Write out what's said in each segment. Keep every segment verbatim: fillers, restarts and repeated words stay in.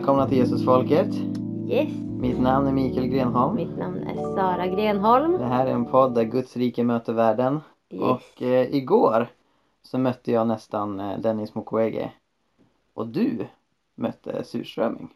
välkomna till Jesusfolket. Yes. Mitt namn är Mikael Grenholm. Mitt namn är Sara Grenholm. Det här är en podd där Guds rike möter världen. Yes. Och eh, igår så mötte jag nästan eh, Dennis Mukwege. Och du mötte surströmming.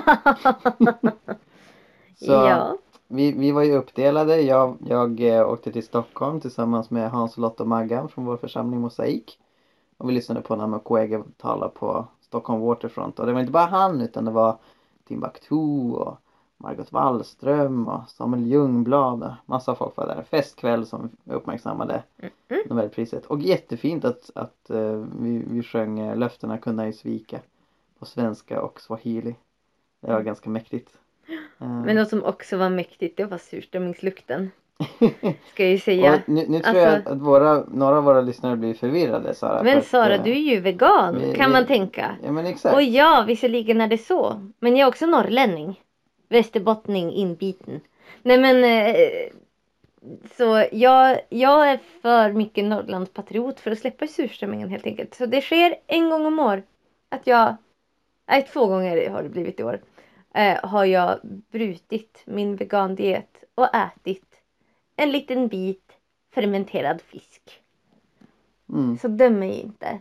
Så Ja. vi, vi var ju uppdelade. Jag, jag eh, åkte till Stockholm tillsammans med Hans, Lotta och Maggan från vår församling Mosaik. Och vi lyssnade på när Mukwege talade på Stockholm Waterfront. Och det var inte bara han, utan det var Timbuktu och Margot Wallström och Samuel Ljungblad. Massa folk var där. Festkväll som uppmärksammade Mm-mm. Nobelpriset. Och jättefint att, att uh, vi, vi sjöng uh, Löftena kunna ej svika på svenska och swahili. Det var Mm. ganska mäktigt. Uh. Men något som också var mäktigt, det var surströmmingslukten. Ska jag ju säga. Och nu, nu tror alltså... jag att våra, några av våra lyssnare blir förvirrade, Sara. Men att, Sara, uh, du är ju vegan, vi, kan vi, man tänka. Ja, men exakt. Och ja, visserligen är det så. Men jag är också norrlänning. Västerbottning inbiten. Nej men... Eh, så jag, jag är för mycket Norrlandspatriot för att släppa surströmmingen helt enkelt. Så det sker en gång om år. Att jag... Nej, två gånger har det blivit i år. Eh, har jag brutit min vegandiet och ätit en liten bit fermenterad fisk. Mm. Så döm mig inte.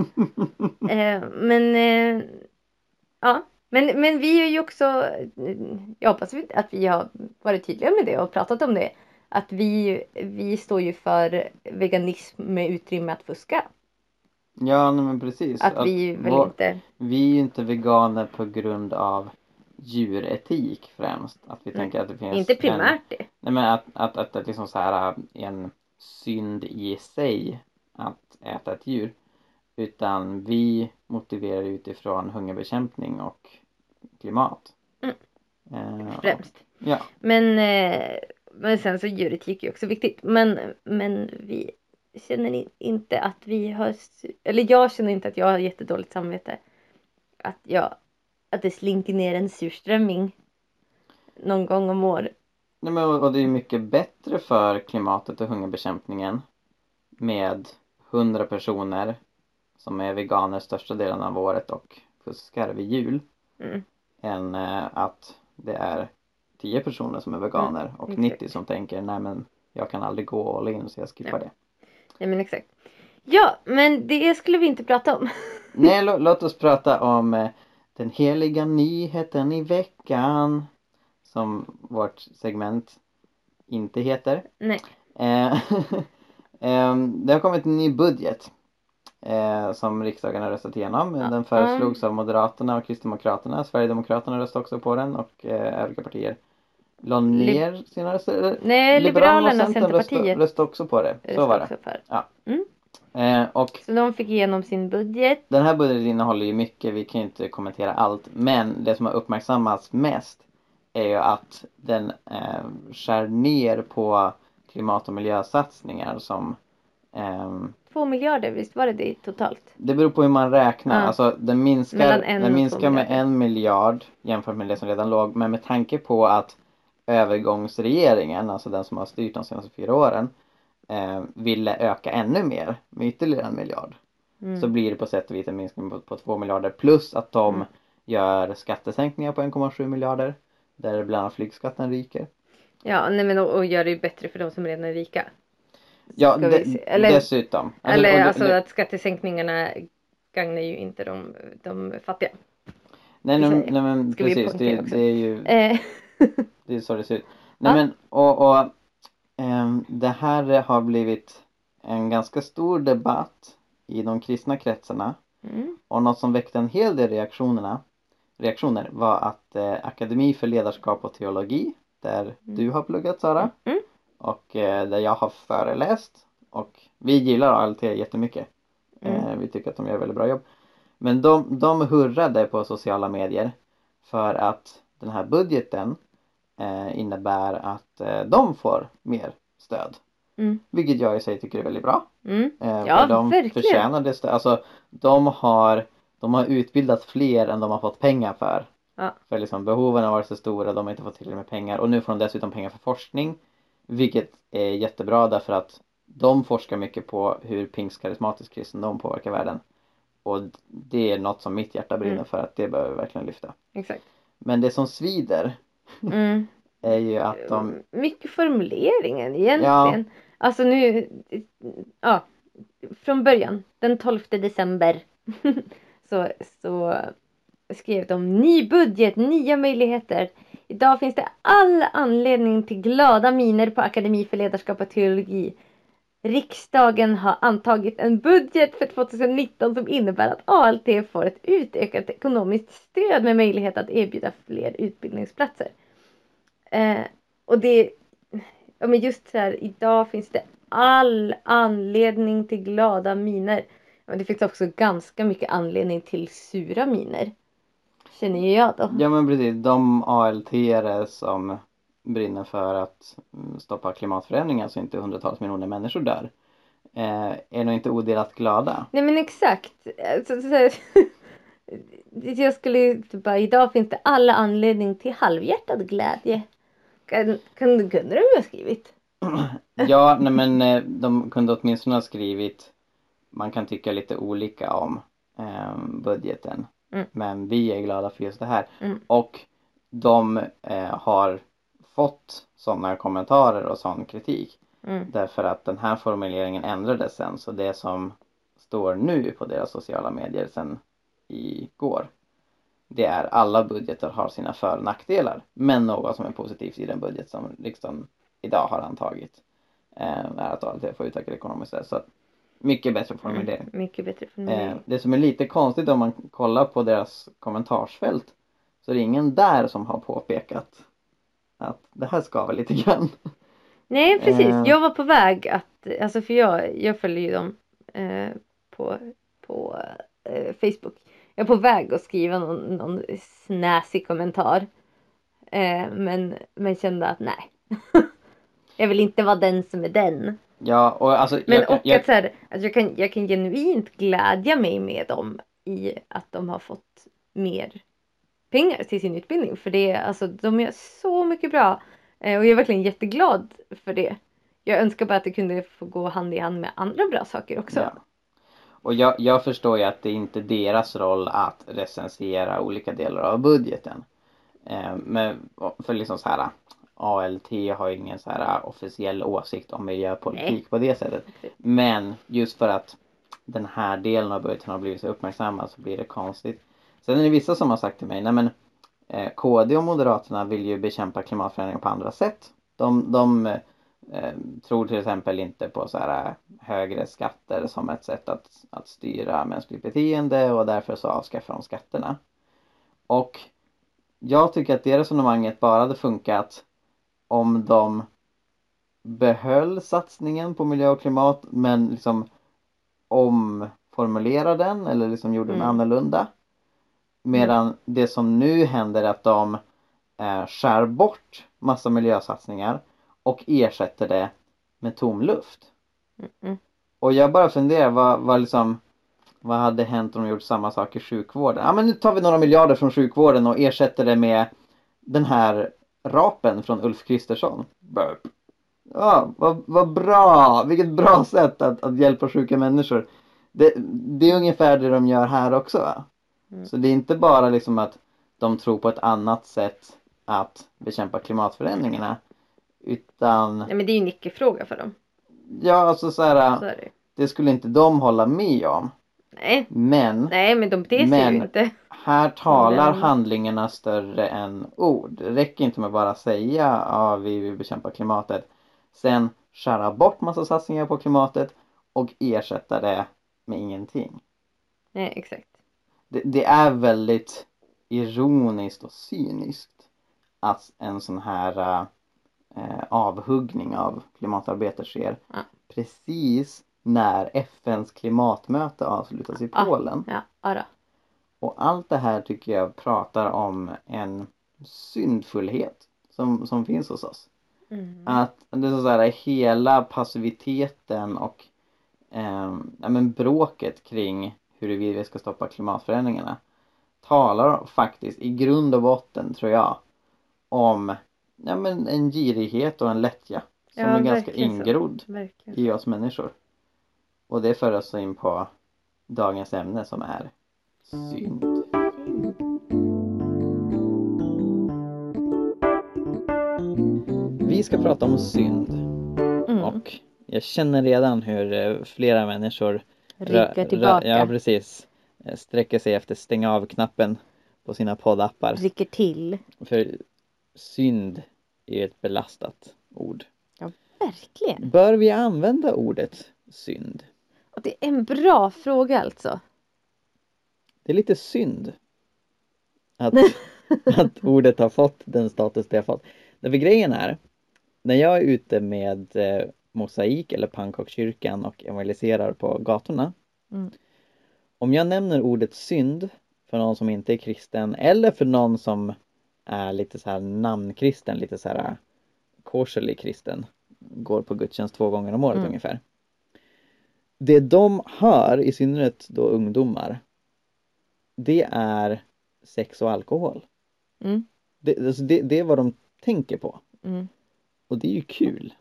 eh, men eh, ja, men, men vi är ju också, jag hoppas att vi har varit tydliga med det och pratat om det. Att vi, vi står ju för veganism med utrymme att fuska. Ja, nej, men precis. Att, att vi väl vår, inte... Vi är ju inte veganer på grund av djuretik främst. Att vi nej, tänker att det finns... Inte primärt en, det. Nej, men att, att, att, att liksom så här en synd i sig att äta ett djur. Utan vi motiverar utifrån hungerbekämpning och klimat. Mm. Eh, Främst. Och, ja. Men, eh, men sen så djuretik är också viktigt. Men, men vi känner inte att vi har... Eller jag känner inte att jag har jättedåligt samvete. Att, jag, att det slinker ner en surströmming någon gång om år. Nej, men, och det är mycket bättre för klimatet och hungerbekämpningen med hundra personer som är veganer största delen av året och fuskar vid jul Mm. än äh, att det är tio personer som är veganer mm, och exakt. nittio som tänker nej men jag kan aldrig gå all in så jag skippar ja. det. Ja men exakt. Ja men det skulle vi inte prata om. Nej lå- låt oss prata om äh, den heliga nyheten i veckan som vårt segment inte heter. Nej. Eh, eh, det har kommit en ny budget eh, som riksdagen har röstat igenom. Ja. Den föreslogs av Moderaterna och Kristdemokraterna. Sverigedemokraterna röstade också på den och eh, övriga partier la ner Lib- sina röster. Nej, Liberalerna och Centerpartiet röstade, röstade också på det. Så var det. Också för. Ja. Mm. Eh, och så de fick igenom sin budget. Den här budgeten innehåller ju mycket. Vi kan ju inte kommentera allt. Men det som har uppmärksammats mest är ju att den eh, skär ner på klimat- och miljösatsningar som... Ehm, Två miljarder, visst var det det totalt? Det beror på hur man räknar. Ja. Alltså den minskar, en den och minskar två med miljarder. en miljard jämfört med det som redan låg. Men med tanke på att övergångsregeringen, alltså den som har styrt de senaste fyra åren, eh, ville öka ännu mer med ytterligare en miljard. Mm. Så blir det på sätt och vis en minskning på, på två miljarder. Plus att de Mm. gör skattesänkningar på en komma sju miljarder. Där bland annat flygskatten ryker. Ja, nej men och, och gör det ju bättre för de som redan är rika. Ja, Ska de, vi se. eller, dessutom. Alltså, eller och det- alltså det- att skattesänkningarna gagnar ju inte de, de fattiga. Nej, i nej, Sverige. nej men Ska vi precis. Det, poängtera också. det är ju... Eh, Det är så det ser ut. Nej Ja. men, och, och ehm, det här har blivit en ganska stor debatt i de kristna kretsarna. mm. Och något som väckte en hel del reaktionerna, reaktioner var att eh, Akademi för ledarskap och teologi, där du har pluggat Sara, Mm. och eh, där jag har föreläst. Och vi gillar A L T jättemycket. Mm. Eh, vi tycker att de gör väldigt bra jobb. Men de, de hurrade på sociala medier för att den här budgeten eh, innebär att eh, de får mer stöd. Mm. Vilket jag i sig tycker är väldigt bra. Mm. Eh, Ja, för de verkligen. förtjänar det stöd. Alltså, de har, de har utbildat fler än de har fått pengar för. Ja. För liksom, behoven har varit så stora, de har inte fått tillräckligt med pengar. Och nu får de dessutom pengar för forskning. Vilket är jättebra därför att de forskar mycket på hur pingstkarismatisk kristendom påverkar världen. Och det är något som mitt hjärta brinner Mm. för, att det behöver vi verkligen lyfta. Exakt. Men det som svider Mm. är ju att de... Mycket formuleringen egentligen. Ja. Alltså nu, ja, från början, den tolfte december så, så skrev de ny budget, nya möjligheter. Idag finns det all anledning till glada miner på Akademi för ledarskap och teologi. Riksdagen har antagit en budget för tjugonitton som innebär att A L T får ett utökat ekonomiskt stöd med möjlighet att erbjuda fler utbildningsplatser. Eh, och det, ja men just så här, idag finns det all anledning till glada miner. Men det finns också ganska mycket anledning till sura miner. Känner ju jag då. Ja men precis, de A L T-are som brinner för att stoppa klimatförändringar så inte hundratals miljoner människor dör. Eh, är nog inte odelat glada. Nej men exakt. Så, så, så, jag skulle ju typ bara, idag finns det alla anledning till halvhjärtad glädje. Kan, kan, kunde de ju ha skrivit? Ja, nej men eh, de kunde åtminstone ha skrivit, man kan tycka lite olika om eh, budgeten. Mm. Men vi är glada för just det här. Mm. Och de eh, har fått sådana kommentarer och sån kritik. Mm. Därför att den här formuleringen ändrades sen. Så det som står nu på deras sociala medier sen igår, det är alla budgetar har sina för- och nackdelar. Men något som är positivt i den budget som riksdagen idag har antagit eh, är att A L T får utökad ekonomiskt stöd. Så mycket bättre formulering. Mm. Mycket bättre formulering. Eh, det som är lite konstigt om man kollar på deras kommentarsfält, så är det ingen där som har påpekat att det här ska väl lite grann. Nej precis, Eh. jag var på väg att, alltså för jag, jag följer ju dem eh, på, på eh, Facebook. Jag är på väg att skriva någon, någon snäsig kommentar. Eh, men, men kände att nej. Jag vill inte vara den som är den. Ja, och alltså Men jag, kan- och jag, att så här, att jag kan, jag kan genuint glädja mig med dem i att de har fått mer pengar till sin utbildning. För det är, alltså, de är så mycket bra. Eh, och jag är verkligen jätteglad för det. Jag önskar bara att det kunde få gå hand i hand med andra bra saker också. ja. Och jag, jag förstår ju att det inte är deras roll att recensera olika delar av budgeten. Eh, men för liksom så här, A L T har ju ingen så här officiell åsikt om miljöpolitik Nej. på det sättet. Men just för att den här delen av budgeten har blivit så uppmärksammad så blir det konstigt. Sen är det vissa som har sagt till mig, nej men eh, K D och Moderaterna vill ju bekämpa klimatförändringar på andra sätt. De, de eh, tror till exempel inte på så här högre skatter som ett sätt att, att styra mänskligt beteende, och därför så avskaffar de skatterna. Och jag tycker att det resonemanget bara hade funkat om de behöll satsningen på miljö och klimat, men liksom omformulerade den eller liksom gjorde den Mm. annorlunda. Medan det som nu händer är att de eh, skär bort massa miljösatsningar och ersätter det med tom luft. Mm. Och jag bara funderar, vad, vad, liksom, vad hade hänt om de gjort samma sak i sjukvården? Ja, men nu tar vi några miljarder från sjukvården och ersätter det med den här rapen från Ulf Kristersson. Burp. Ja, vad, vad bra! Vilket bra sätt att, att hjälpa sjuka människor. Det, det är ungefär det de gör här också, va? Mm. Så det är inte bara liksom att de tror på ett annat sätt att bekämpa klimatförändringarna. Utan, Nej men det är ju en icke-fråga för dem. ja alltså så här, Så är det. det skulle inte de hålla med om. Nej. Men, Nej men de beter sig Men- ju inte. här talar Men- handlingarna större än ord. Det räcker inte med bara att säga att ja, vi vill bekämpa klimatet. Sen skära bort massa satsningar på klimatet och ersätta det med ingenting. Nej exakt. Det, det är väldigt ironiskt och cyniskt att en sån här eh, avhuggning av klimatarbetet sker Ja. precis när F N:s klimatmöte avslutas i Ja. Polen. Ja, ara. Och allt det här tycker jag pratar om en syndfullhet som, som finns hos oss. Mm. Att det är så här, hela passiviteten och eh, ja, men bråket kring huruvida vi ska stoppa klimatförändringarna talar faktiskt i grund och botten, tror jag, om ja, men en girighet och en lättja som Ja, är ganska verkligen så. ingrodd Verkligen. i oss människor. Och det för oss in på dagens ämne som är synd. Vi ska prata om synd. Mm. Och jag känner redan hur eh, flera människor Rycker rö- tillbaka. rö- ja, precis. eh, Sträcker sig efter stänga av-knappen på sina poddappar. Rycker till. För synd är ett belastat ord. Ja, verkligen. Bör vi använda ordet synd? Och det är en bra fråga alltså. Det är lite synd att, att ordet har fått den status det har fått. Därför grejen är, när jag är ute med eh, mosaik eller pannkakskyrkan och evangeliserar på gatorna. Mm. Om jag nämner ordet synd för någon som inte är kristen eller för någon som är lite så här namnkristen, lite så här korselig kristen, går på gudstjänst två gånger om året Mm. ungefär. Det de hör, i synnerhet då ungdomar, det är sex och alkohol. Mm. Det, alltså det, det är vad de tänker på. Mm. Och det är ju kul.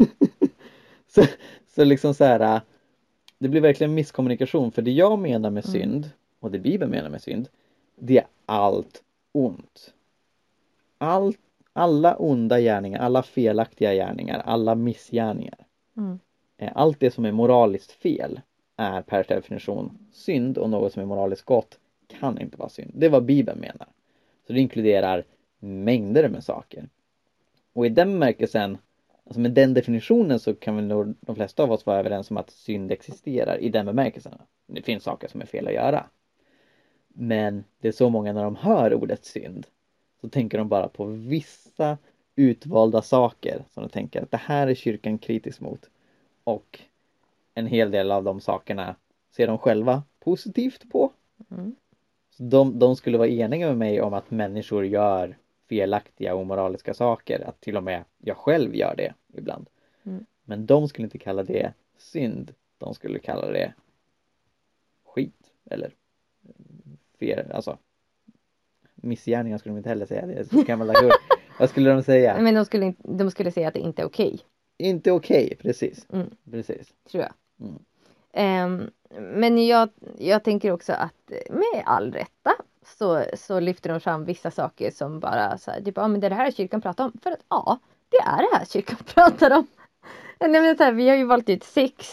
så, så liksom så här, det blir verkligen misskommunikation. För det jag menar med Mm. synd, och det Bibeln menar med synd, det är allt ont. Allt, alla onda gärningar, alla felaktiga gärningar, alla missgärningar. Mm. Eh, Allt det som är moraliskt fel är per definition synd, och något som är moraliskt gott kan inte vara synd. Det är vad Bibeln menar. Så det inkluderar mängder med saker. Och i den bemärkelsen, alltså med den definitionen, så kan väl nog de flesta av oss vara överens om att synd existerar i den bemärkelsen. Det finns saker som är fel att göra. Men det är så många, när de hör ordet synd, så tänker de bara på vissa utvalda saker som de tänker att det här är kyrkan kritisk mot. Och en hel del av de sakerna ser de själva positivt på. Mm. Så de, de skulle vara eniga med mig om att människor gör felaktiga och moraliska saker. Att till och med jag själv gör det ibland. Mm. Men de skulle inte kalla det synd. De skulle kalla det skit. Eller fel, alltså missgärningar skulle de inte heller säga. Det är så gammaldags ord. Vad skulle de säga? Men de skulle, inte- de skulle säga att det inte är okej. Inte okej, precis. Mm. Precis. Tror jag. Mm. Ehm, men jag, jag tänker också att med all rätta så, så lyfter de fram vissa saker som bara så här, typ, ja, men det är det här kyrkan pratar om. För att ja, det är det här kyrkan pratar om. Nej, men så här, vi har ju valt ut sex,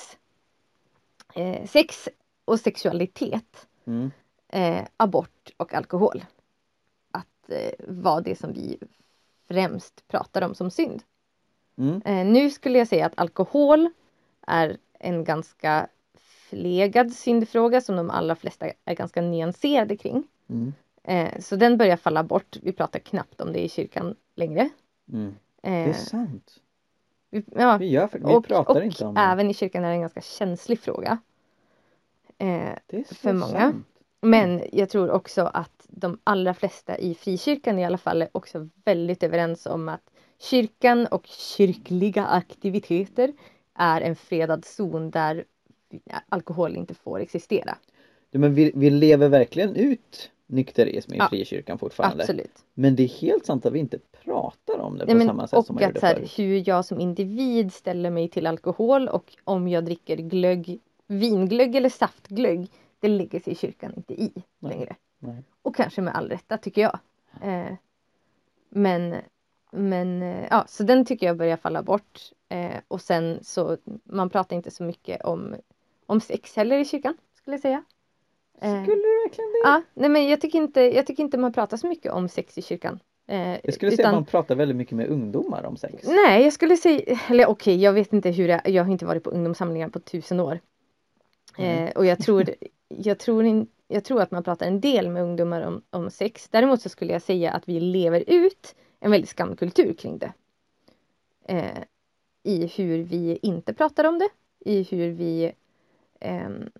eh, sex och sexualitet, Mm. eh, abort och alkohol. Att eh, vara det som vi främst pratar om som synd. Mm. Eh, nu skulle jag säga att alkohol är en ganska förlegad syndfråga som de allra flesta är ganska nyanserade kring. Mm. Eh, så den börjar falla bort. Vi pratar knappt om det i kyrkan längre. Mm. Det Eh, är sant. vi, ja, Vi, gör, vi och pratar och inte om det. även i kyrkan är det en ganska känslig fråga. Eh, Det är så för många. sant. men jag tror också att de allra flesta i frikyrkan i alla fall är också väldigt överens om att kyrkan och kyrkliga aktiviteter är en fredad zon där alkohol inte får existera. Ja, men vi, vi lever verkligen ut nykterism i Ja, frikyrkan fortfarande. Absolut. Men det är helt sant att vi inte pratar om det Nej, på men, samma sätt och som man att gjorde så här, förut. hur jag som individ ställer mig till alkohol och om jag dricker glögg, vinglögg eller saftglögg, det lägger sig kyrkan inte i Nej. längre. Nej. Och kanske med all rätta tycker jag. Eh, men men eh, ja, så den tycker jag börjar falla bort. Eh, och sen så, man pratar inte så mycket om, om sex heller i kyrkan, skulle jag säga. Eh, Skulle du verkligen det? ja, nej men jag tycker, inte, jag tycker inte man pratar så mycket om sex i kyrkan. Eh, Jag skulle säga att man pratar väldigt mycket med ungdomar om sex. Nej, jag skulle säga, eller okej, jag vet inte hur det är, jag har inte varit på ungdomssamlingar på tusen år. Nej. Eh, och jag tror, jag, tror in, jag tror att man pratar en del med ungdomar om, om sex. Däremot så skulle jag säga att vi lever ut en väldigt skamkultur kring det. Eh, I hur vi inte pratar om det. I hur vi... ehm,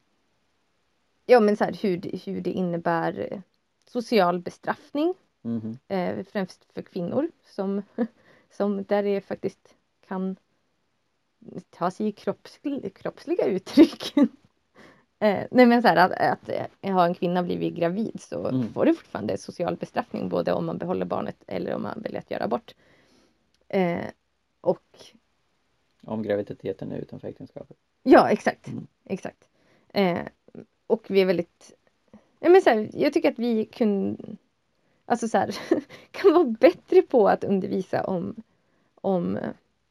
ja men så här, hur, det- hur det innebär eh, social bestraffning. Mhm. Eh, främst för kvinnor. Som, som där det faktiskt kan ta sig i kroppslig, kroppsliga uttryck. Eh, nej men så här att, att eh, har en kvinna blivit gravid så Mm. får det fortfarande social bestraffning både om man behåller barnet eller om man väljer att göra abort. Eh, och Om graviditeten är utanför äktenskapet. ja, exakt. Mm. Exakt. Eh, och vi är väldigt, ja, men så här, jag tycker att vi kun, alltså så här, kan vara bättre på att undervisa om, om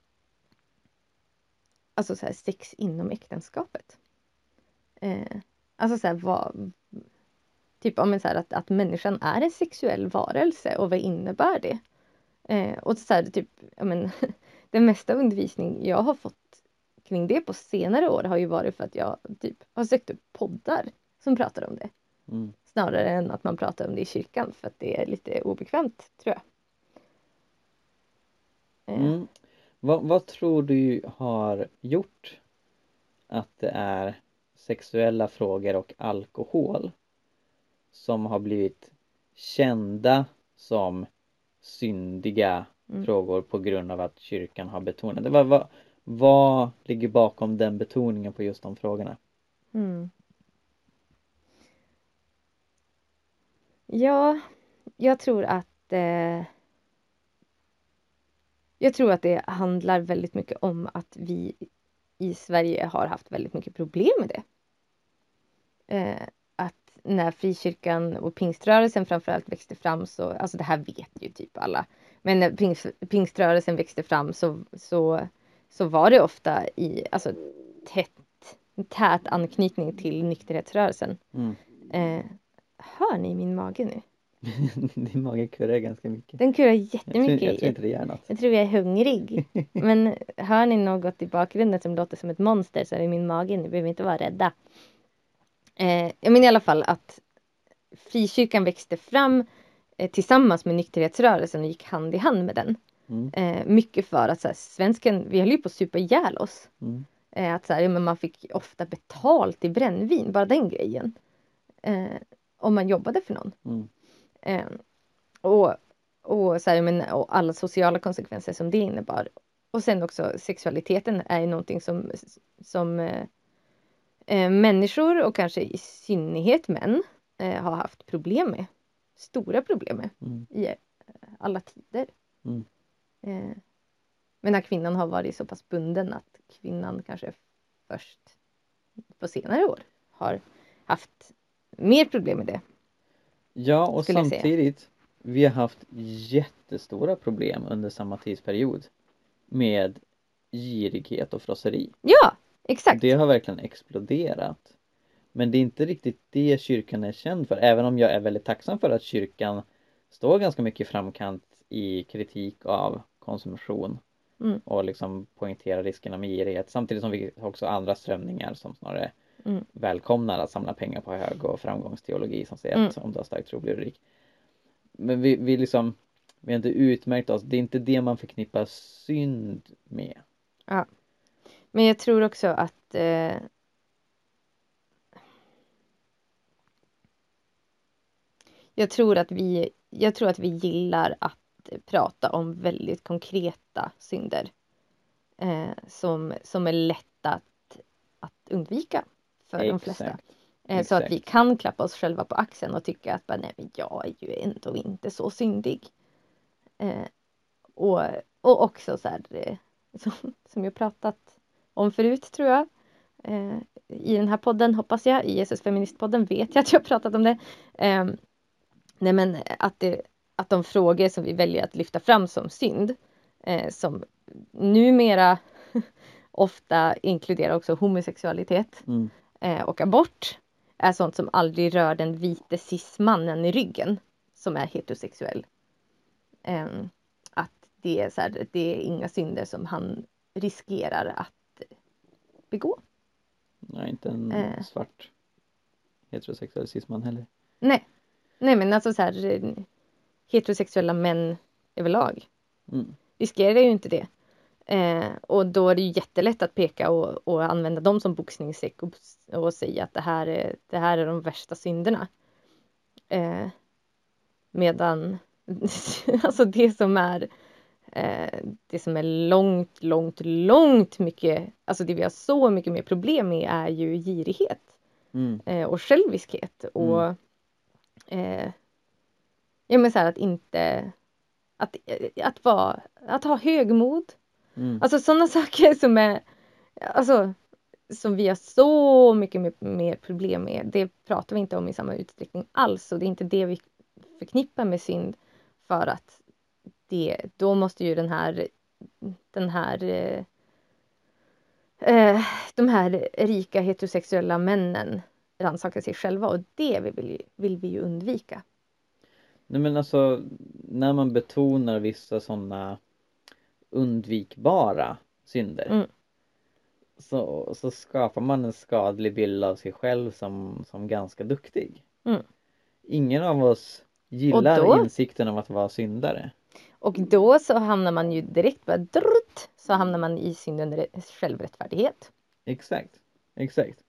alltså så här, sex inom äktenskapet. Eh, alltså så här, vad, typ om en så här, att, att människan är en sexuell varelse och vad innebär det? Eh, och så här, typ, ja, men, den mesta undervisning jag har fått kring det på senare år har ju varit för att jag typ har sökt upp poddar som pratar om det. Mm. Snarare än att man pratar om det i kyrkan för att det är lite obekvämt, tror jag. Eh, Mm. Vad, vad tror du har gjort att det är sexuella frågor och alkohol som har blivit kända som syndiga Mm. frågor på grund av att kyrkan har betonat det? Vad, vad, vad ligger bakom den betoningen på just de frågorna? Mm. Ja, jag tror att eh, jag tror att det handlar väldigt mycket om att vi i Sverige har haft väldigt mycket problem med det. Eh, att när frikyrkan och pingströrelsen framförallt växte fram så, alltså det här vet ju typ alla, men när pingst, pingströrelsen växte fram så, så, så var det ofta i alltså tätt, tät anknytning till nykterhetsrörelsen. Mm. Eh, hör ni min mage nu? Din mage kurrar ganska mycket. Den kurrar Jag tror, jättemycket. jag tror inte det gör något. Jag tror jag är hungrig. Men hör ni något i bakgrunden som låter som ett monster så är det min mage. Ni behöver inte vara rädda. Eh, jag menar i alla fall att frikyrkan växte fram eh, tillsammans med nykterhetsrörelsen och gick hand i hand med den. Mm. Eh, mycket för att så här, svensken, vi höll ju på att supa ihjäl oss. Mm. Eh, att så här, ja, men man fick ofta betalt i brännvin, bara den grejen. Eh, om man jobbade för någon. Mm. Eh, och, och, så här, men, och alla sociala konsekvenser som det innebar. Och sen också sexualiteten är ju någonting som, som eh, eh, människor och kanske i synnerhet män eh, har haft problem med. Stora problem med Mm. i eh, alla tider. Mm. Eh, men när kvinnan har varit så pass bunden att kvinnan kanske först på senare år har haft mer problem med det. Ja, och Skulle jag säga. samtidigt vi har haft jättestora problem under samma tidsperiod med girighet och frosseri. Ja, exakt. Det har verkligen exploderat. Men det är inte riktigt det kyrkan är känd för. Även om jag är väldigt tacksam för att kyrkan står ganska mycket i framkant i kritik av konsumtion. Mm. Och liksom poängterar riskerna med girighet. Samtidigt som vi har också andra strömningar som snarare Mm. välkomnar att samla pengar på hög och framgångsteologi som säger Mm. att om du har stark tro blir du rik. Men vi, vi liksom vi har inte utmärkt oss. Det är inte det man förknippar synd med. Ja. Men jag tror också att eh, jag tror att vi jag tror att vi gillar att prata om väldigt konkreta synder eh, som, som är lätta att, att undvika för de flesta. Exakt. Eh, så att Exakt. vi kan klappa oss själva på axeln och tycka att bara, nej, men jag är ju ändå inte så syndig. Eh, och, och också så här, eh, som, som jag pratat om förut tror jag. Eh, I den här podden hoppas jag, i Jesus Feministpodden vet jag att jag har pratat om det. Eh, nej men att, det, att de frågor som vi väljer att lyfta fram som synd, eh, som numera ofta inkluderar också homosexualitet Mm. eh, och abort, är sånt som aldrig rör den vite cis-mannen i ryggen som är heterosexuell. Eh, att det är, så här, det är inga synder som han riskerar att begå. Nej, inte en Eh. svart heterosexuell cisman heller. Nej, nej men alltså så här, eh, heterosexuella män överlag Mm. riskerar ju inte det. Eh, och då är det ju jättelätt att peka och, och använda dem som boxningssäck och, och säga att det här är, det här är de värsta synderna. Eh, medan alltså det som är eh, det som är långt, långt, långt mycket, alltså det vi har så mycket mer problem med är ju girighet Mm. eh, och själviskhet och Mm. eh, ja men så här att inte att, att vara att ha högmod. Mm. Alltså sådana saker som är alltså som vi har så mycket mer, mer problem med. Det pratar vi inte om i samma utsträckning alls. Och det är inte det vi förknippar med synd. För att det, då måste ju den här, den här eh, eh, de här rika heterosexuella männen rannsaka sig själva. Och det vill, vi- vill vi ju undvika. Nej men alltså, när man betonar vissa sådana undvikbara synder Mm. så, så skapar man en skadlig bild av sig själv som, som ganska duktig. Mm. Ingen av oss Och gillar då, insikten om att vara syndare. och då så hamnar man ju direkt bara drutt, så hamnar man i synden re- självrättfärdighet. Exakt, exakt.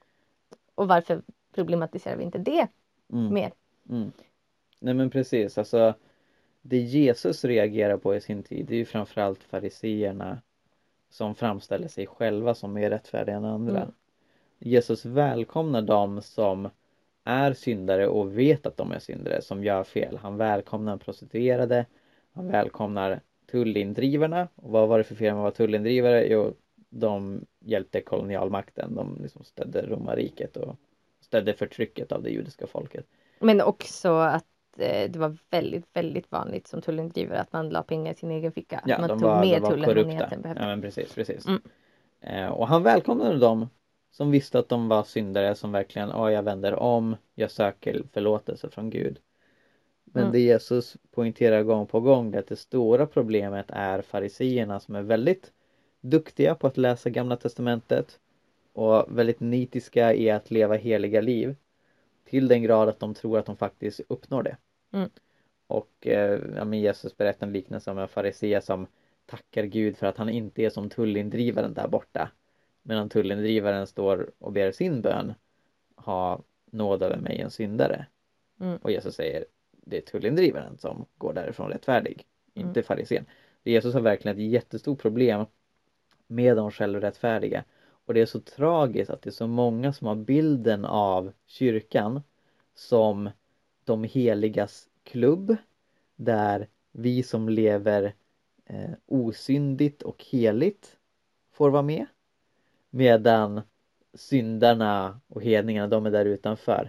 Och varför problematiserar vi inte det Mm. mer? Mm. Nej men precis, alltså det Jesus reagerar på i sin tid, det är ju framförallt fariseerna som framställer sig själva som mer rättfärdiga än andra. Mm. Jesus välkomnar dem som är syndare och vet att de är syndare, som gör fel. Han välkomnar prostituerade, han välkomnar tullindrivarna. Och vad var det för fel med att vara tullindrivare? Jo, de hjälpte kolonialmakten, de liksom stödde romarriket och stödde förtrycket av det judiska folket. Men också att eh, det var väldigt, väldigt vanligt som tullindrivare att man la pengar i sin egen ficka. Ja, Att man de tog var, mer de var tull än man korrupta. egentligen behövde. Ja men precis, precis. Mm. Eh, och han välkomnade dem som visste att de var syndare, som verkligen, ja jag vänder om, jag söker förlåtelse från Gud. Men Mm. det Jesus poängterar gång på gång är att det stora problemet är fariseerna som är väldigt duktiga på att läsa Gamla testamentet och väldigt nitiska i att leva heliga liv till den grad att de tror att de faktiskt uppnår det. Mm. Och eh, ja, men Jesus berättar en liknelse om en farisé som tackar Gud för att han inte är som tullindrivaren där borta. Medan tullindrivaren står och ber sin bön, ha nåd över mig en syndare. Mm. Och Jesus säger, det är tullindrivaren som går därifrån rättfärdig, Mm. inte farisén. Jesus har verkligen ett jättestort problem med de självrättfärdiga. Och det är så tragiskt att det är så många som har bilden av kyrkan som de heligas klubb, där vi som lever eh, osyndigt och heligt får vara med, medan syndarna och hedningarna, de är där utanför.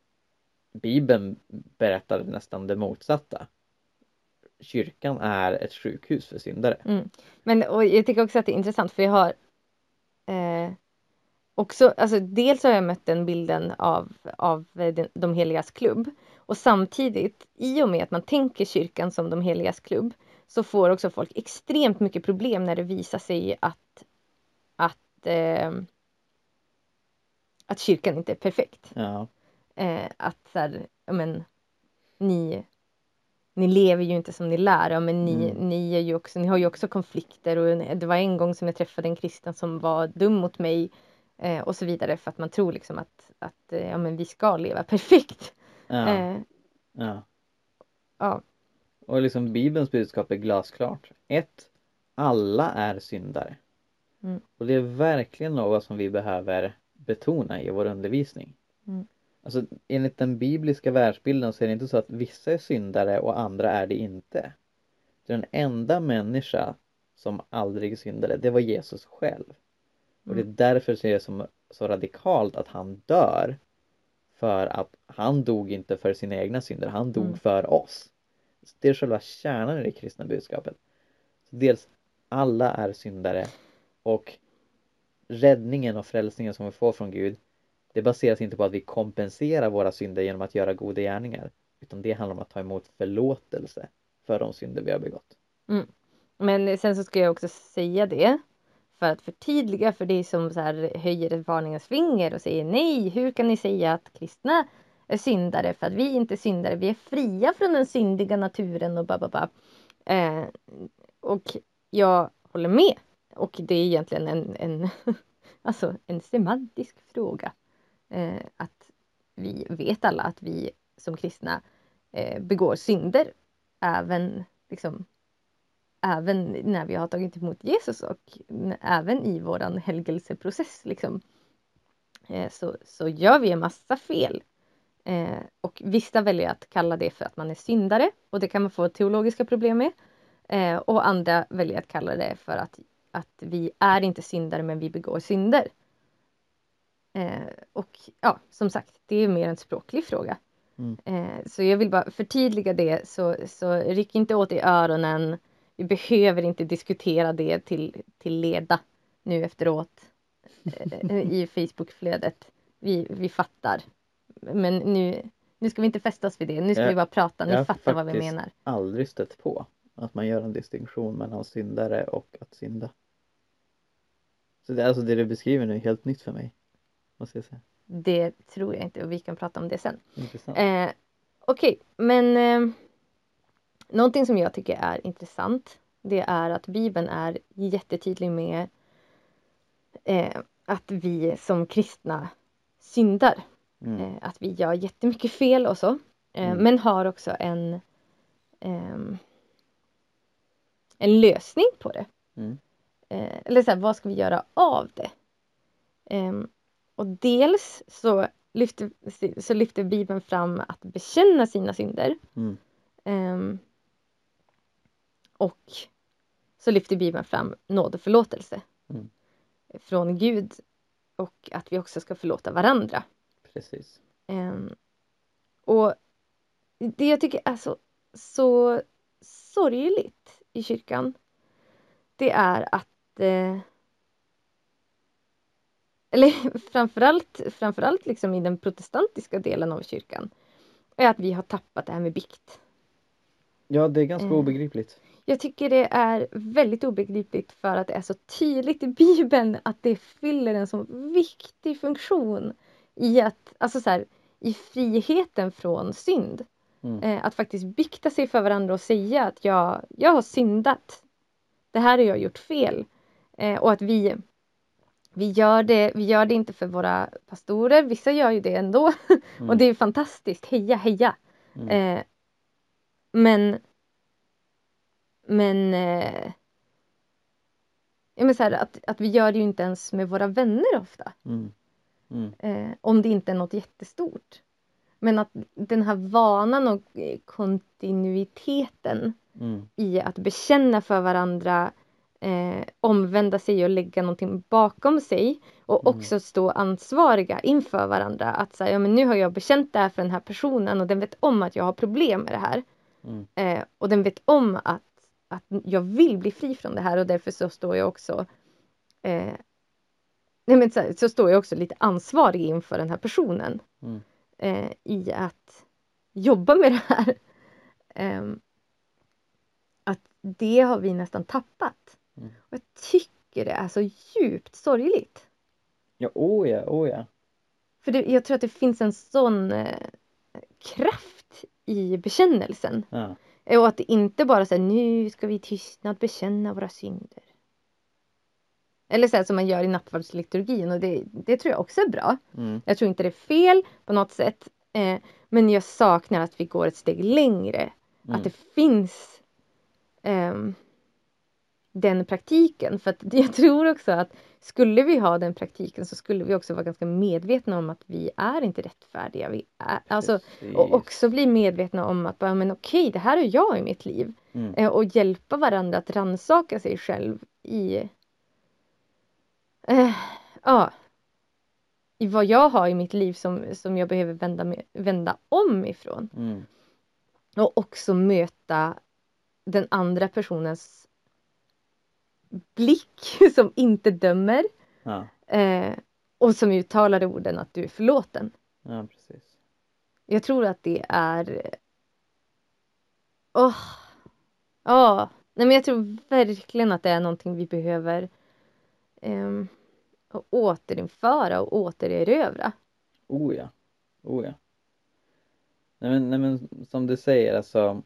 Bibeln berättar nästan det motsatta. Kyrkan är ett sjukhus för syndare. Mm. Men och jag tycker också att det är intressant, för jag har eh, också, alltså dels har jag mött den bilden av, av den, de heligas klubb. Och samtidigt, i och med att man tänker kyrkan som de heligas klubb, så får också folk extremt mycket problem när det visar sig att, att, eh, att kyrkan inte är perfekt. Ja. Eh, att så här, ja, men, ni, ni lever ju inte som ni lär. Ja, men ni, Mm. ni, är ju också, ni har ju också konflikter. Och det var en gång som jag träffade en kristen som var dum mot mig. Eh, och så vidare. För att man tror liksom att, att eh, ja, men vi ska leva perfekt. Ja. Eh, Ja. ja. Och liksom Bibelns budskap är glasklart. Ett, alla är syndare. Mm. Och det är verkligen något som vi behöver betona i vår undervisning. Mm. Alltså enligt den bibliska världsbilden så är det inte så att vissa är syndare och andra är det inte. Den enda människa som aldrig syndade, det var Jesus själv. Och det är därför så är det som, så radikalt att han dör. För att han dog inte för sina egna synder, han dog Mm. för oss. Så det är själva kärnan i det kristna budskapet. Så dels, alla är syndare. Och räddningen och frälsningen som vi får från Gud, det baseras inte på att vi kompenserar våra synder genom att göra goda gärningar. Utan det handlar om att ta emot förlåtelse för de synder vi har begått. Mm. Men sen så ska jag också säga det. För att förtydliga för det som så här höjer ett varningens finger och säger nej, hur kan ni säga att kristna är syndare för att vi inte är syndare, vi är fria från den syndiga naturen och bababa. Eh, och jag håller med. Och det är egentligen en, en, alltså en semantisk fråga. Eh, att vi vet alla att vi som kristna eh, begår synder. Även liksom Även när vi har tagit emot Jesus och även i våran helgelseprocess liksom, eh, så, så gör vi en massa fel. Eh, och vissa väljer att kalla det för att man är syndare och det kan man få teologiska problem med. Eh, och andra väljer att kalla det för att, att vi är inte syndare men vi begår synder. Eh, och ja, som sagt, det är mer en språklig fråga. Mm. Eh, så jag vill bara förtydliga det, så, så ryck inte åt i öronen. Vi behöver inte diskutera det till, till leda nu efteråt eh, i Facebookflödet. Vi, vi fattar. Men nu, nu ska vi inte fästa oss vid det. Nu ska Jag- vi bara prata. Ni Jag har fattar vad vi faktiskt menar. aldrig stött på att man gör en distinktion mellan syndare och att synda. Så det, alltså det du beskriver nu är helt nytt för mig, måste jag säga. Det tror jag inte, och vi kan prata om det sen. Intressant. Eh, Okej, men eh, någonting som jag tycker är intressant, det är att Bibeln är jättetydlig med eh, att vi som kristna syndar. Mm. Eh, att vi gör jättemycket fel och så. Eh, Mm. Men har också en, ehm, en lösning på det. Mm. Eh, eller så här, vad ska vi göra av det? Ehm, och dels så lyfter, så lyfter Bibeln fram att bekänna sina synder. Mm. Ehm, och så lyfter Bibeln fram nåd och förlåtelse Mm. från Gud. Och att vi också ska förlåta varandra. Precis. Ehm, och det jag tycker är så, så sorgligt i kyrkan, det är att eh, eller framförallt, framförallt liksom i den protestantiska delen av kyrkan, är att vi har tappat det här med bikt. Ja, det är ganska Eh. obegripligt. Jag tycker det är väldigt obegripligt för att det är så tydligt i Bibeln att det fyller en så viktig funktion i att, alltså så här, i friheten från synd. Mm. Eh, att faktiskt bikta sig för varandra och säga att jag, jag har syndat. Det här har jag gjort fel. Eh, och att vi, vi, gör det, vi gör det inte för våra pastorer. Vissa gör ju det ändå. Mm. Och det är fantastiskt. Heja, heja. Mm. Eh, men men, eh, ja, men så här, att, att vi gör det ju inte ens med våra vänner ofta. Mm. Mm. Eh, om det inte är något jättestort. Men att den här vanan och eh, kontinuiteten Mm. i att bekänna för varandra, eh, omvända sig och lägga någonting bakom sig och Mm. också stå ansvariga inför varandra. Att säga, ja, men nu har jag bekänt det här för den här personen och den vet om att jag har problem med det här. Mm. Eh, och den vet om att, att jag vill bli fri från det här och därför så står jag också eh, nej, men så, så står jag också lite ansvarig inför den här personen. Mm. Eh, i att jobba med det här. Eh, att det har vi nästan tappat. Mm. Och jag tycker det är så djupt sorgligt. Ja, oh ja, oh ja. För det, jag tror att det finns en sån eh, kraft i bekännelsen. Ja. Och att det inte bara säger nu ska vi i tystnad bekänna våra synder. Eller så här som man gör i nattvardsliturgin. Och det, det tror jag också är bra. Mm. Jag tror inte det är fel på något sätt. Eh, men jag saknar att vi går ett steg längre. Mm. Att det finns ehm, den praktiken. För att jag tror också att skulle vi ha den praktiken så skulle vi också vara ganska medvetna om att vi är inte rättfärdiga. Vi är, alltså, Precis. och också bli medvetna om att bara, men okej, det här är jag i mitt liv. Mm. Eh, och hjälpa varandra att rannsaka sig själv i eh, ja, i vad jag har i mitt liv som, som jag behöver vända, med, vända om ifrån. Mm. Och också möta den andra personens blick som inte dömer. Ja. Eh, och som uttalar orden att du är förlåten. Ja, precis. Jag tror att det är... Åh! Ja. Nej, men jag tror verkligen att det är någonting vi behöver eh, återinföra och återerövra. Oh ja. Oh ja. Nej men, nej men som du säger, alltså.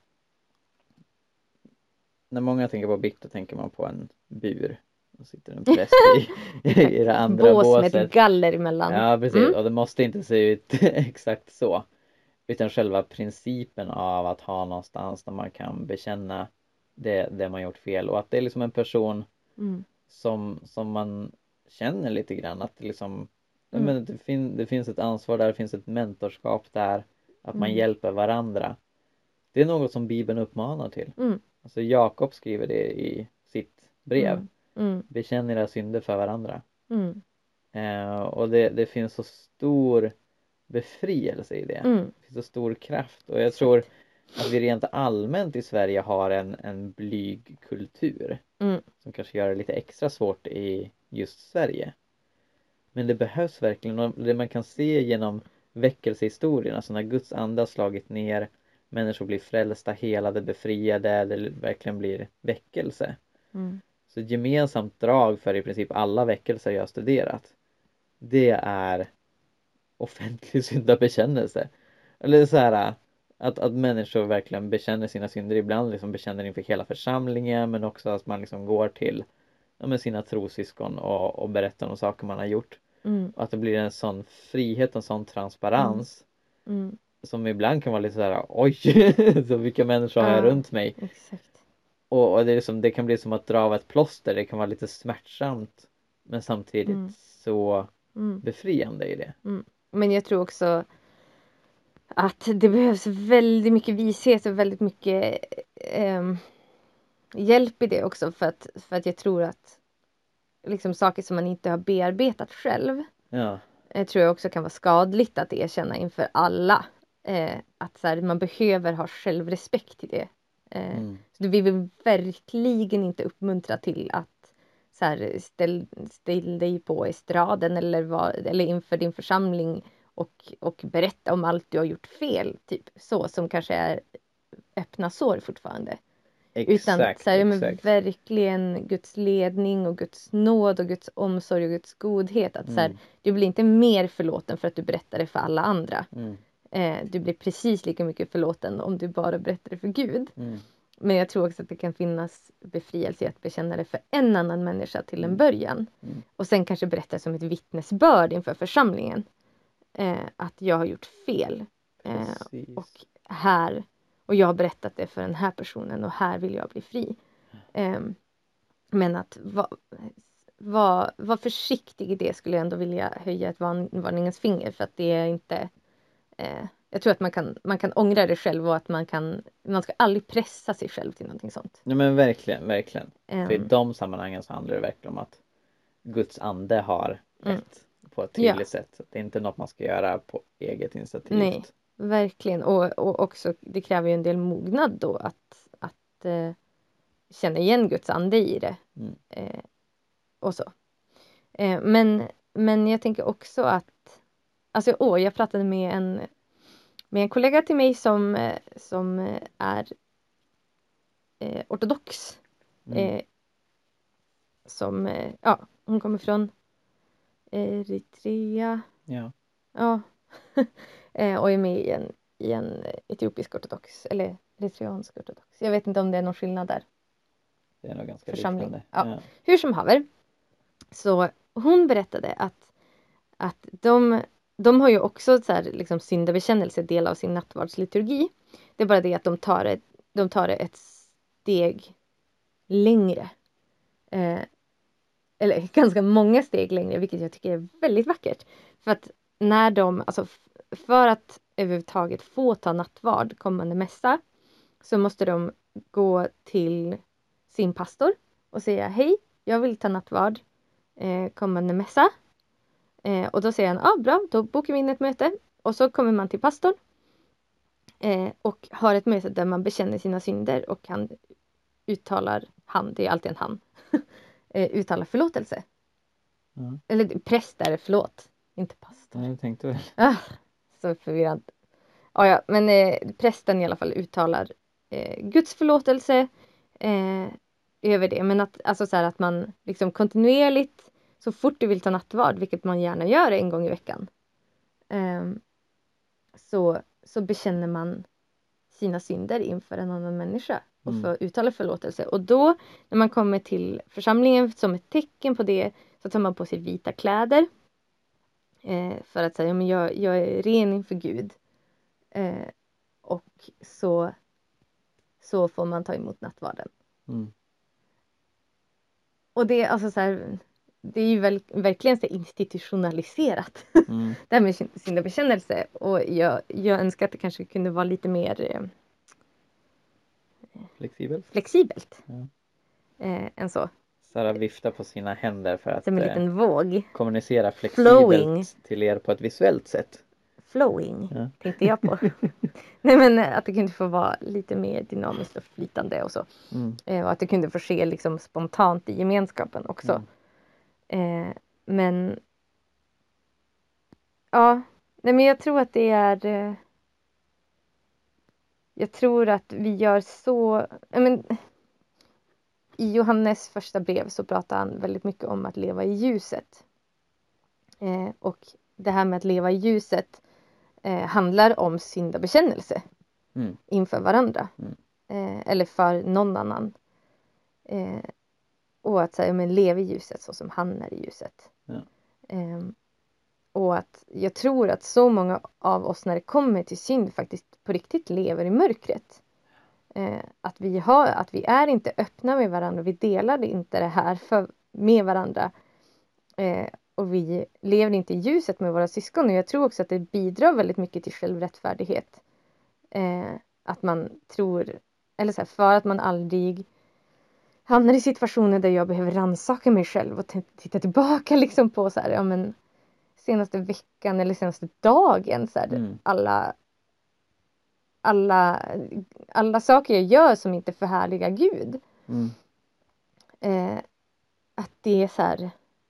När många tänker på bikt, då tänker man på en bur. Och sitter en präst i, i det andra Bås båset. med ett galler emellan. Ja, precis. Mm. Och det måste inte se ut exakt så. Utan själva principen av att ha någonstans där man kan bekänna det, det man gjort fel. Och att det är liksom en person Mm. som, som man känner lite grann. Att det liksom, ja, Mm. men det, fin, det finns ett ansvar där, det finns ett mentorskap där. Att man Mm. hjälper varandra. Det är något som Bibeln uppmanar till. Mm. Alltså Jakob skriver det i sitt brev. Mm. Mm. Bekänn era synder för varandra. Mm. Eh, och det, det finns så stor befrielse i det. Mm. Det finns så stor kraft. Och jag tror att vi rent allmänt i Sverige har en, en blyg kultur. Mm. Som kanske gör det lite extra svårt i just Sverige. Men det behövs verkligen. Och det man kan se genom väckelsehistorien. Alltså när Guds ande har slagit ner. Människor blir frälsta, helade, befriade. Det verkligen blir väckelse. Mm. Så ett gemensamt drag för i princip alla väckelser jag har studerat. Det är offentlig syndabekännelse. Eller så här att, att människor verkligen bekänner sina synder. Ibland liksom bekänner inför hela församlingen. Men också att man liksom går till ja, med sina trossyskon och, och berättar om saker man har gjort. Mm. Och att det blir en sån frihet, en sån transparens. Mm. Som ibland kan vara lite så här: oj, så vilka människor har jag Ja, runt mig. exakt. Och, och det, är liksom, det kan bli som att dra av ett plåster. Det kan vara lite smärtsamt. Men samtidigt Mm. så Mm. befriande i det. Mm. Men jag tror också att det behövs väldigt mycket vishet och väldigt mycket ehm, hjälp i det också. För att, för att jag tror att liksom saker som man inte har bearbetat själv Ja. eh, tror jag också kan vara skadligt att erkänna inför alla. Eh, att så här, man behöver ha självrespekt i det. Eh, Mm. så vi vill verkligen inte uppmuntra till att så här, ställ, ställ dig på estraden eller, var, eller inför din församling och, och berätta om allt du har gjort fel. Typ så, som kanske är öppna sår fortfarande. Exakt, Utan så här, men exakt. verkligen Guds ledning och Guds nåd och Guds omsorg och Guds godhet. Att så här, Mm. du blir inte mer förlåten för att du berättar det för alla andra. Mm. Eh, du blir precis lika mycket förlåten om du bara berättar det för Gud. Mm. Men jag tror också att det kan finnas befrielse i att bekänna det för en annan människa till en Mm. början. Mm. Och sen kanske berätta som ett vittnesbörd inför församlingen. Eh, att jag har gjort fel. Eh, Precis. och här, och jag har berättat det för den här personen och här vill jag bli fri. Eh, men att vara var, var försiktig i det skulle jag ändå vilja höja ett varn, varningens finger. För att det är inte... Eh, jag tror att man kan, man kan ångra det själv och att man kan... Man ska aldrig pressa sig själv till någonting sånt. Nej men verkligen, verkligen. Um, För i de sammanhangen så handlar det verkligen om att Guds ande har Mm. rätt på ett tydligt Ja. sätt. Det är inte något man ska göra på eget initiativ. Nej, verkligen. Och, och också, det kräver ju en del mognad då att, att eh, känna igen Guds ande i det. Mm. Eh, och så. Eh, men, men jag tänker också att, alltså åh, jag pratade med en, med en kollega till mig som, eh, som eh, är eh, ortodox. Mm. Eh, som, eh, ja, hon kommer från Eritrea. Ja. Ja. eh, och är med i en, i en etiopisk ortodox. Eller eritreansk ortodox. Jag vet inte om det är någon skillnad där. Det är nog ganska Församling. liknande. Ja. Ja. Hur som haver. Så hon berättade att, att de, de har ju också så här, liksom syndabekännelse del av sin nattvardsliturgi. Det är bara det att de tar ett, de tar det ett steg längre. Eh, eller ganska många steg längre, vilket jag tycker är väldigt vackert. För att när de, alltså för att överhuvudtaget få ta nattvard kommande mässa så måste de gå till sin pastor och säga hej, jag vill ta nattvard eh, kommande mässa. Eh, och då säger han, ja ah, bra, då bokar vi in ett möte. Och så kommer man till pastorn eh, och har ett möte där man bekänner sina synder och han uttalar, han, det är alltid en han, eh, uttalar förlåtelse. Mm. Eller präst är det, förlåt. Inte pastor. Jag tänkte väl. Ah, så förvirrande. Ah, ja, men eh, prästen i alla fall uttalar eh, Guds förlåtelse eh, över det. Men att, alltså så här, att man liksom kontinuerligt, så fort du vill ta nattvard, vilket man gärna gör en gång i veckan, eh, så, så bekänner man sina synder inför en annan människa och Mm. för uttala förlåtelse. Och då när man kommer till församlingen som ett tecken på det så tar man på sig vita kläder. Eh, för att säga, ja, men jag, jag är ren inför Gud. Eh, och så, så får man ta emot nattvarden. Mm. Och det är alltså så här, det är ju väl, verkligen så institutionaliserat. Mm. det här med syndabekännelse. Och jag, jag önskar att det kanske kunde vara lite mer eh, Flexibel. flexibelt. Ja. Eh, än så. Sara viftar på sina händer för att som en eh, liten våg. kommunicera flexibelt Flowing. till er på ett visuellt sätt. Flowing, Ja. tänkte jag på. Nej, men eh, att det kunde få vara lite mer dynamiskt och flytande och så. Mm. Eh, och att det kunde få ske liksom spontant i gemenskapen också. Mm. Eh, men ja, nej, men jag tror att det är eh, jag tror att vi gör så, jag men, i Johannes första brev så pratar han väldigt mycket om att leva i ljuset. Eh, och det här med att leva i ljuset eh, handlar om syndabekännelse Mm. inför varandra. Mm. Eh, eller för någon annan. Eh, och att säga, men lev i ljuset så som han är i ljuset. Ja. Eh, och att jag tror att så många av oss när det kommer till synd faktiskt på riktigt lever i mörkret. Eh, att, vi har, att vi är inte öppna med varandra. Vi delar inte det här för, med varandra. Eh, och vi lever inte i ljuset med våra syskon. Och jag tror också att det bidrar väldigt mycket till självrättfärdighet. Eh, att man tror, eller så här, för att man aldrig hamnar i situationer där jag behöver rannsaka mig själv och t- titta tillbaka liksom på så här, ja men senaste veckan eller senaste dagen så här, Mm. alla alla alla saker jag gör som inte förhärligar Gud. Mm. Eh, att det är så här,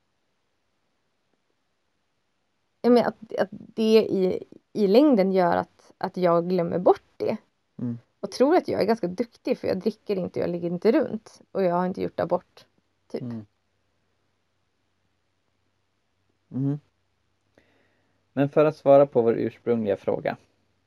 jag menar att, att det i, i längden gör att, att jag glömmer bort det. Mm. Och tror att jag är ganska duktig för jag dricker inte, jag ligger inte runt. Och jag har inte gjort abort. Typ. Mm. Mm. Men för att svara på vår ursprungliga fråga.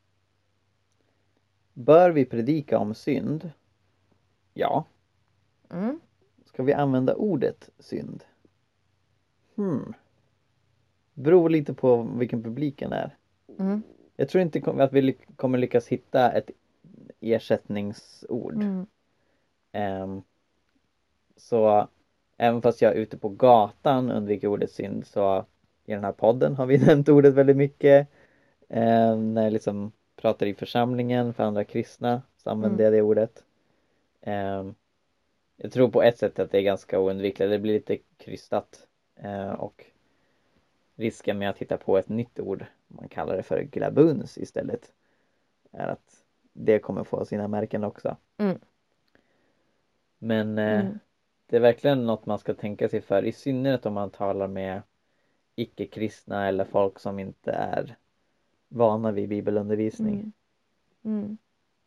Bör vi predika om synd? Ja. Mm. Ska vi använda ordet synd? Hmm. Beror lite på vilken publiken är. Mm. Jag tror inte att vi kommer lyckas hitta ett ersättningsord. Mm. Um, så även fast jag är ute på gatan undviker ordet synd, så i den här podden har vi nämnt ordet väldigt mycket. Um, när jag liksom pratar i församlingen för andra kristna så använder jag det ordet. Um, jag tror på ett sätt att det är ganska oundvikligt. Det blir lite krystat. Uh, och risken med att hitta på ett nytt ord, man kallar det för glabuns istället, är att det kommer få sina märken också. Mm. Men eh, Mm. det är verkligen något man ska tänka sig för, i synnerhet om man talar med icke-kristna eller folk som inte är vana vid bibelundervisning. Mm. Mm.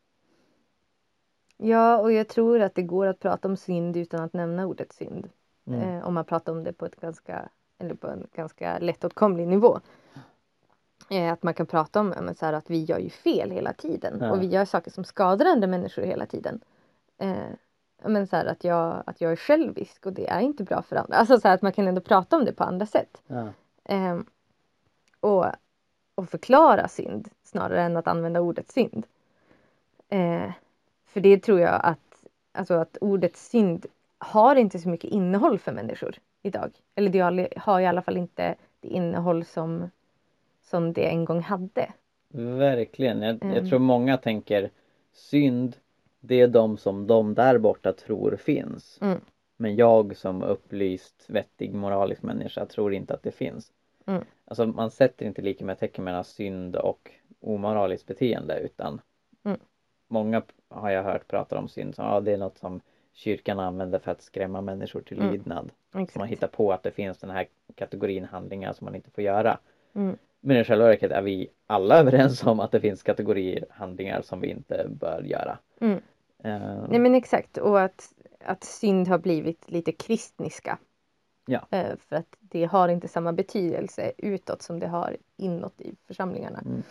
Ja, och jag tror att det går att prata om synd utan att nämna ordet synd. Mm. Eh, om man pratar om det på ett ganska, eller på en ganska lättåtkomlig nivå. Eh, att man kan prata om men så här, att vi gör ju fel hela tiden. Ja. Och vi gör saker som skadar andra människor hela tiden. Eh, men så här, att, jag, att jag är självisk och det är inte bra för andra. Alltså så här, att man kan ändå prata om det på andra sätt. Ja. Eh, och, och förklara synd snarare än att använda ordet synd. Eh, för det tror jag att, alltså att ordet synd har inte så mycket innehåll för människor idag. Eller det har i alla fall inte det innehåll som, som det en gång hade. Verkligen. Jag, Mm. jag tror många tänker synd, det är de som de där borta tror finns. Mm. Men jag som upplyst, vettig, moralisk människa tror inte att det finns. Mm. Alltså man sätter inte lika med tecken mellan synd och omoraliskt beteende, utan Mm. många har jag hört prata om synd som, ja, det är något som kyrkan använder för att skrämma människor till Mm. lydnad. Exakt. Så man hittar på att det finns den här kategorin handlingar som man inte får göra. Mm. Men i själva verket är vi alla överens om att det finns kategorier handlingar som vi inte bör göra. Mm. Uh, Nej men exakt, och att, att synd har blivit lite kristniska. Ja. Eh, för att det har inte samma betydelse utåt som det har inåt i församlingarna. Mm.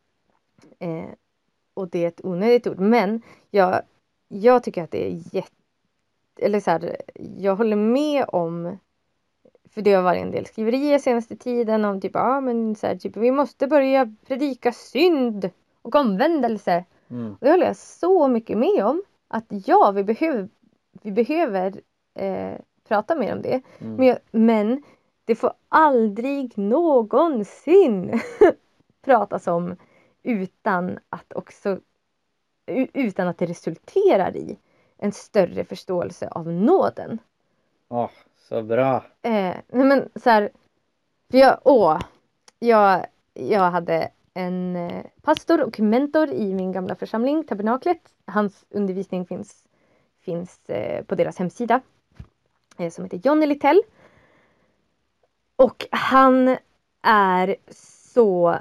Eh, och det är ett onödigt ord. Men jag, jag tycker att det är jätte... Eller så här, jag håller med om... För det har varit en del skriverier senaste tiden om typ, ja men så här, typ, vi måste börja predika synd och omvändelse. Mm. Och det håller jag så mycket med om. Att ja, vi behöver, vi behöver eh, prata mer om det. Mm. Men, men det får aldrig någonsin pratas om utan att också utan att det resulterar i en större förståelse av nåden. Åh, så bra. Eh, nej men så här, för jag, åh, jag, jag hade en eh, pastor och mentor i min gamla församling, Tabernaklet. Hans undervisning finns, finns eh, på deras hemsida eh, som heter Johnny Littell. Och han är så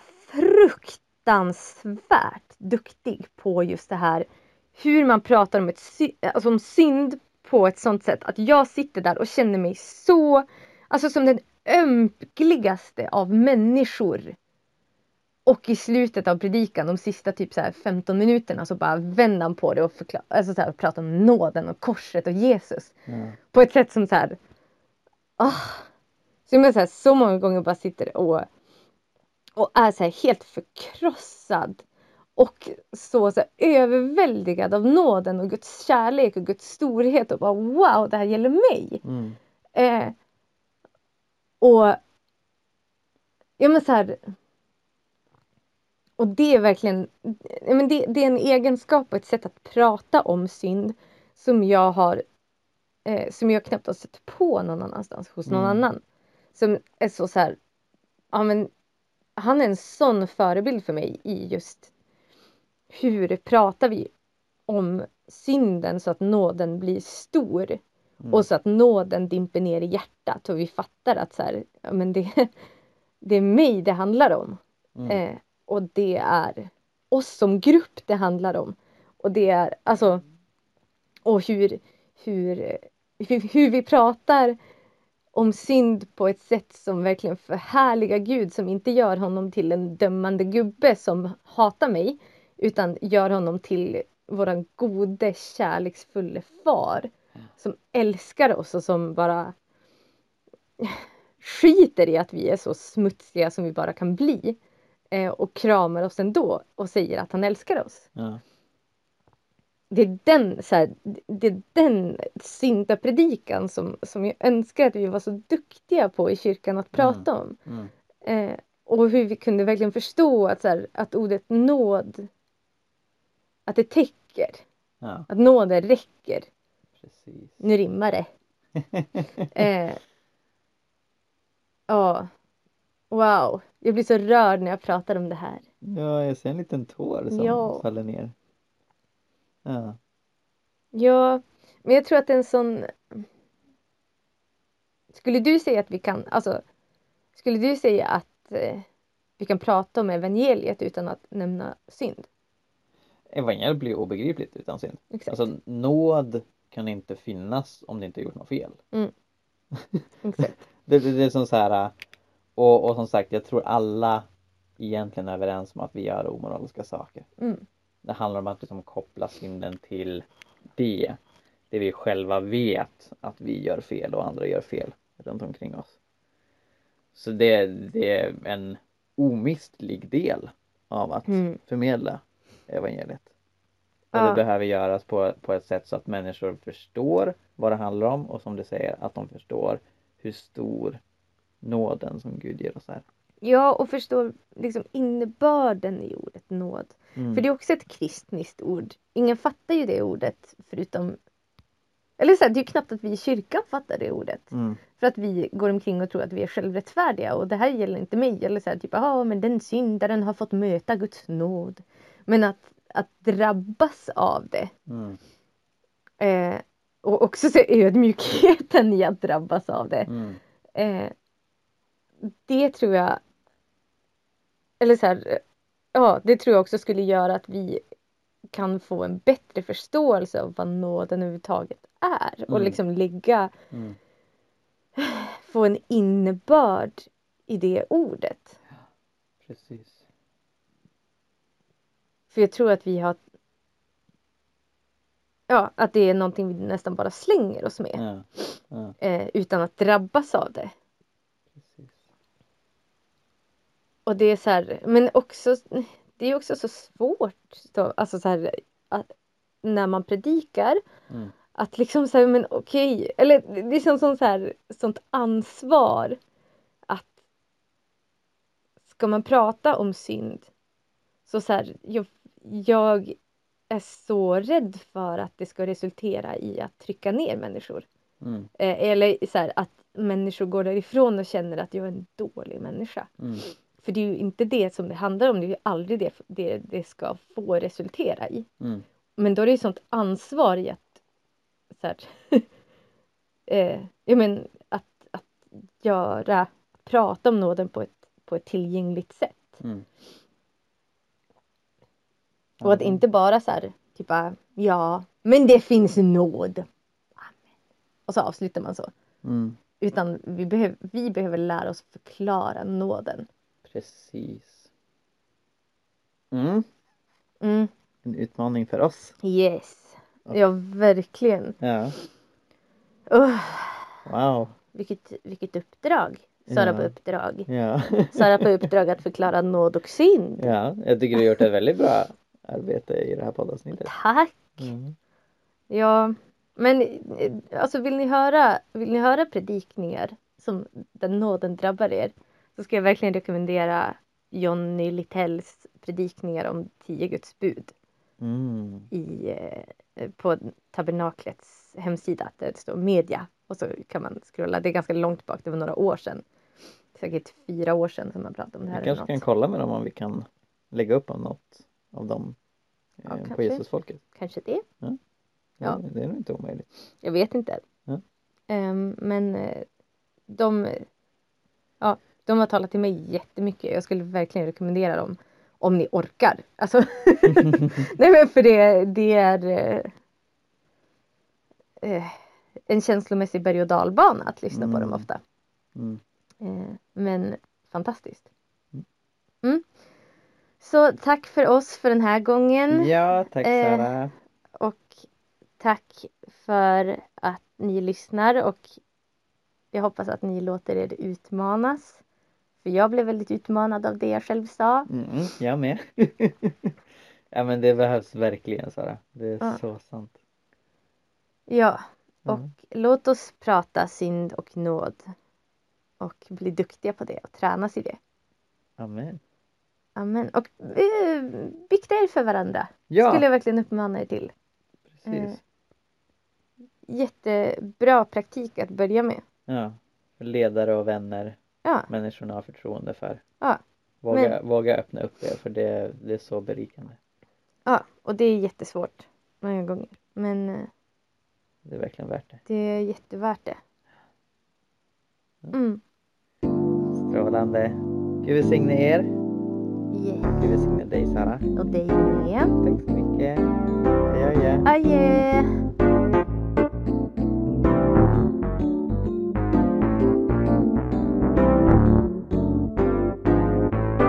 fruktansvärt duktig på just det här hur man pratar om, ett, sy- alltså om synd på ett sånt sätt att jag sitter där och känner mig så, alltså som den ömkligaste av människor. Och i slutet av predikan, de sista typ så här femton minuterna, så bara vänder han på det och förklar- alltså så här, pratar om nåden och korset och Jesus. Ja. På ett sätt som så här, ah, så jag så, här, så många gånger bara sitter och, och är så här helt förkrossad. Och så, så här, överväldigad av nåden och Guds kärlek och Guds storhet. Och bara wow, det här gäller mig. Mm. Eh, och ja men så här. Och det är verkligen, ja, men det, det är en egenskap och ett sätt att prata om synd. Som jag har, eh, som jag knappt har sett på någon annanstans hos någon Mm. annan. Som är så, så här, ja men han är en sån förebild för mig i just hur pratar vi om synden så att nåden blir stor. Mm. Och så att nåden dimper ner i hjärtat och vi fattar att så här, ja, men det, det är mig det handlar om. Mm. Eh, och det är oss som grupp det handlar om. Och det är alltså, och hur, hur, hur, hur vi pratar om synd på ett sätt som verkligen förhärligar Gud, som inte gör honom till en dömande gubbe som hatar mig, utan gör honom till våran gode kärleksfulla far som älskar oss och som bara skiter i att vi är så smutsiga som vi bara kan bli eh, och kramar oss ändå och säger att han älskar oss. Ja. Det är den, så här, det är den syndapredikan som, som jag önskar att vi var så duktiga på i kyrkan att prata om. Mm. Eh, och hur vi kunde verkligen förstå att, så här, att ordet nåd, att det täcker. Ja, Att nåden räcker. precis. Nu rimmar det. Eh, ja, wow. Jag blir så rörd när jag pratar om det här. Ja, jag ser en liten tår som Ja. faller ner. Ja. Ja, men jag tror att en sån... Skulle du säga att vi kan, alltså, skulle du säga att eh, vi kan prata om evangeliet utan att nämna synd? Evangeliet blir obegripligt utan synd. Exakt. Alltså nåd kan inte finnas om det inte gjort något fel. Mm. Exakt. det, det, det är som så här, och, och som sagt, jag tror alla egentligen är överens om att vi gör omoraliska saker. Mm. Det handlar om att liksom koppla synden till det. Det vi själva vet att vi gör fel och andra gör fel runt omkring oss. Så det, det är en omistlig del av att Mm. förmedla evangeliet. Och Ja. det behöver göras på, på ett sätt så att människor förstår vad det handlar om. Och som du säger, att de förstår hur stor nåden som Gud ger oss är. Ja, och förstå liksom innebörden i ordet nåd. Mm. För det är också ett kristniskt ord. Ingen fattar ju det ordet förutom... Eller så här, det är ju knappt att vi i kyrkan fattar det ordet. Mm. För att vi går omkring och tror att vi är självrättfärdiga. Och det här gäller inte mig. Eller så här, typ, ja men den syndaren har fått möta Guds nåd. Men att, att drabbas av det. Mm. Eh, och också så ödmjukheten i att drabbas av det. Mm. Eh, det tror jag... Eller så här... Ja, det tror jag också skulle göra att vi kan få en bättre förståelse av vad nåden överhuvudtaget är. Och Mm. liksom lägga... Mm. Få en innebörd i det ordet. Precis. För jag tror att vi har... Ja, att det är någonting vi nästan bara slänger oss med. Ja. Ja. Eh, utan att drabbas av det. Precis. Och det är så här... Men också... Det är också så svårt. Då, alltså så här... Att, när man predikar. Mm. Att liksom säga, men okej. Eller det är som, som så här, sånt ansvar. Att ska man prata om synd. Så så här, jag, jag är så rädd för att det ska resultera i att trycka ner människor. Mm. Eh, eller så här, att människor går därifrån och känner att jag är en dålig människa. Mm. För det är ju inte det som det handlar om. Det är ju aldrig det det, det ska få resultera i. Mm. Men då är det ju sånt ansvar i att så här, eh, jag men, att, att göra, prata om nåden på ett, på ett tillgängligt sätt. Mm. Och att inte bara så här, typ bara, ja, men det finns nåd. Och så avslutar man så. Mm. Utan vi, behöv, vi behöver lära oss förklara nåden. Precis. Mm. Mm. En utmaning för oss. Yes. Ja, verkligen. Ja. Uh, Wow. vilket, vilket uppdrag. Sara Ja. på uppdrag. Ja. Sara på uppdrag att förklara nåd och synd. Ja, jag tycker du har gjort ett väldigt bra arbete i det här poddavsnittet. Tack. Mm. Ja, men eh, alltså vill ni höra, vill ni höra predikningar som den nåden drabbar er, så ska jag verkligen rekommendera Johnny Littells predikningar om tio Guds bud Mm. i, eh, på Tabernaklets hemsida där det står media, och så kan man scrolla. Det är ganska långt bak, det var några år sedan, säkert fyra år sedan som man pratade om det här. Vi kanske kan kolla med dem om vi kan lägga upp om något av dem eh, Ja, på kanske. Jesusfolket. Kanske det. Ja. Ja. Det, det är nog inte omöjligt. Jag vet inte. Ja. Um, men uh, de, ja, de har talat till mig jättemycket. Jag skulle verkligen rekommendera dem om ni orkar. Alltså, nej men för det, det är uh, uh, en känslomässig berg- och dalbana att lyssna Mm. på dem ofta. Mm. Uh, men fantastiskt. Mm. Mm. Så tack för oss för den här gången. Ja, tack Eh, Sara. Och tack för att ni lyssnar, och jag hoppas att ni låter er utmanas. För jag blev väldigt utmanad av det jag själv sa. Mm, jag med. Ja, men det behövs verkligen, Sara. Det är Ja. så sant. Ja, och Mm. låt oss prata synd och nåd. Och bli duktiga på det och tränas i det. Amen. Amen. Och eh, bikta er för varandra. Ja. Skulle jag verkligen uppmana er till. Precis. Eh, jättebra praktik att börja med. Ja. För ledare och vänner. Ja. Människorna har förtroende för. Ja. Våga, Men- våga öppna upp er, för det, det är så berikande. Ja, och det är jättesvårt många gånger. Men eh, Det är verkligen värt det. det är jättevärt det. Mm. Strålande. Gud välsigne er. Yeah. Gud välsigne dig, Sara. Och dig med. Tack så mycket. Adjö, adjö. Adjö.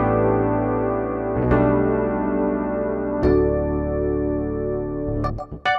Thank you.